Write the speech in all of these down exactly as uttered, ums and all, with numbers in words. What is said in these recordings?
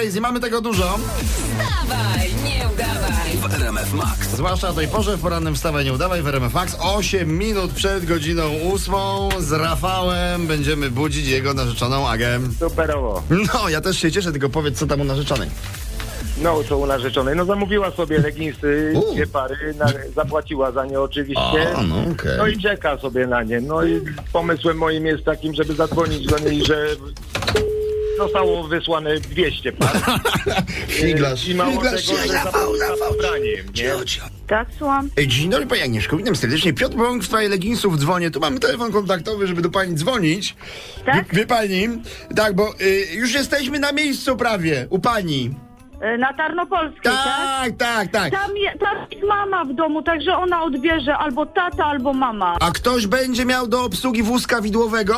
crazy, mamy tego dużo. Wstawaj, nie udawaj. W R M F Max. Zwłaszcza o tej porze w porannym Wstawaj, nie udawaj w R M F Max. osiem minut przed godziną ósmą z Rafałem będziemy budzić jego narzeczoną Agę. Superowo. No, ja też się cieszę, tylko powiedz, co tam u narzeczonej. No, co u narzeczonej? No, zamówiła sobie leginsy, U. dwie pary, na, zapłaciła za nie oczywiście. A, no okej. No i czeka sobie na nie. No i pomysłem moim jest takim, żeby zadzwonić do niej, że zostało wysłane dwieście par. Figlarz, I mało figlarz, tego, że Rafał, za Rafał. ubraniem, nie? Tak, słucham. Ej, dzień dobry, pani Agnieszko, witam serdecznie. Piotr Bąk w sprawie leginsów dzwonię. Tu mamy telefon kontaktowy, żeby do pani dzwonić. Tak? Wie, wie pani? Tak, bo y, już jesteśmy na miejscu prawie, u pani. E, Na Tarnopolskiej, tak? Tak, tak, tak. Tam, je, tam jest mama w domu, także ona odbierze albo tata, albo mama. A ktoś będzie miał do obsługi wózka widłowego?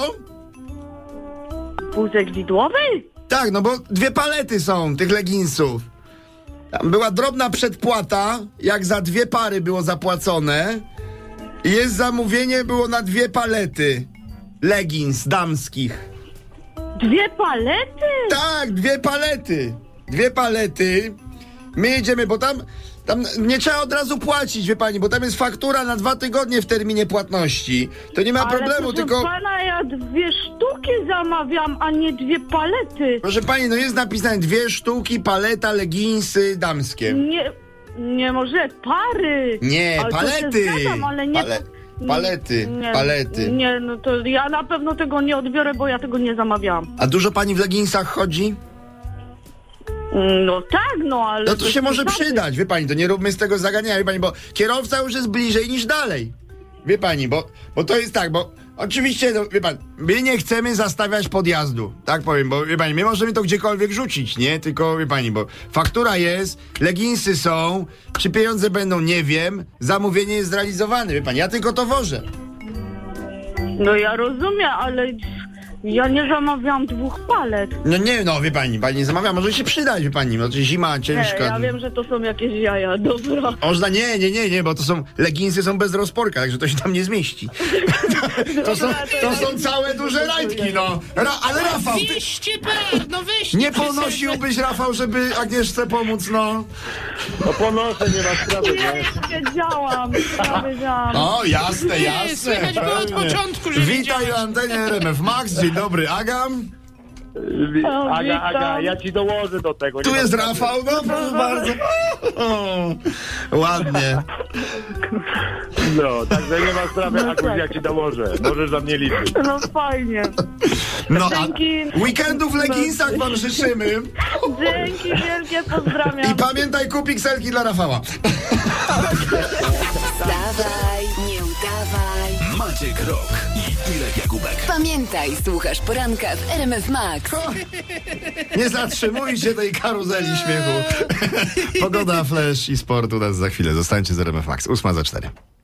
Wózek widłowy? Tak, no bo dwie palety są tych leginsów. Tam była drobna przedpłata, jak za dwie pary było zapłacone. I jest zamówienie, było na dwie palety legins damskich. Dwie palety? Tak, dwie palety. Dwie palety. My jedziemy, bo tam, tam nie trzeba od razu płacić, wie pani, bo tam jest faktura na dwa tygodnie w terminie płatności. To nie ma Ale problemu, proszę tylko... pana, ja dwie sztuki zamawiam, a nie dwie palety. Proszę pani, no jest napisane dwie sztuki, paleta, leginsy damskie. Nie, nie może pary. Nie, Ale to palety. się zgadzam, ale nie... Pale- palety, nie, palety. Nie, no to ja na pewno tego nie odbiorę, bo ja tego nie zamawiałam. A dużo pani w leginsach chodzi? No tak, no ale... No to się może przesady. przydać, wie pani, to nie róbmy z tego zagadnienia, wie pani, bo kierowca już jest bliżej niż dalej. Wie pani, bo, bo to jest tak, bo oczywiście, no, wie pan, my nie chcemy zastawiać podjazdu, tak powiem, bo wie pani, my możemy to gdziekolwiek rzucić, nie? Tylko, wie pani, bo faktura jest, leginsy są, czy pieniądze będą, nie wiem, zamówienie jest zrealizowane, wie pani, ja tylko to wożę. No ja rozumiem, ale ja nie zamawiałam dwóch palet. No nie, no wie pani, pani nie zamawia, może się przydać, wie pani, no to zima, Nie, ciężka. ja wiem, że to są jakieś jaja, dobra. Można, nie, nie, nie, nie, bo to są, leginsy są bez rozporka, także to się tam nie zmieści. To są, to są całe duże rajtki, no. Ra, ale Rafał, ty Weźcie par, no weźcie. nie przecież- ponosiłbyś, Rafał, żeby Agnieszce pomóc, no. No ponoszę, nie ma sprawy, Ja nie? nie wiedziałam, ja wiedziałam. O, jasne, Nie, jasne. słychać było od pewnie. początku, że Witaj wiedziałeś. na antenie R M F Max, dzień dobry, Agam. O, Aga, witam. Aga, ja ci dołożę do tego. Tu nie ma jest sprawy. Rafał, no proszę bardzo. O, ładnie. No, także nie ma sprawy, No Agus, tak. ja ci dołożę. Możesz za mnie liczyć. No fajnie. No, a Dzięki. weekendów w leginsach wam życzymy. Dzięki wielkie, pozdrawiam. I pamiętaj, kup pikselki dla Rafała. Wstawaj, nie udawaj. Maciek Rok i Irek Jakubek. Pamiętaj, słuchasz poranka w R M F Max. Nie zatrzymujcie tej karuzeli śmiechu. Pogoda, flash i sport u nas za chwilę. Zostańcie z R M F Max. ósma za cztery.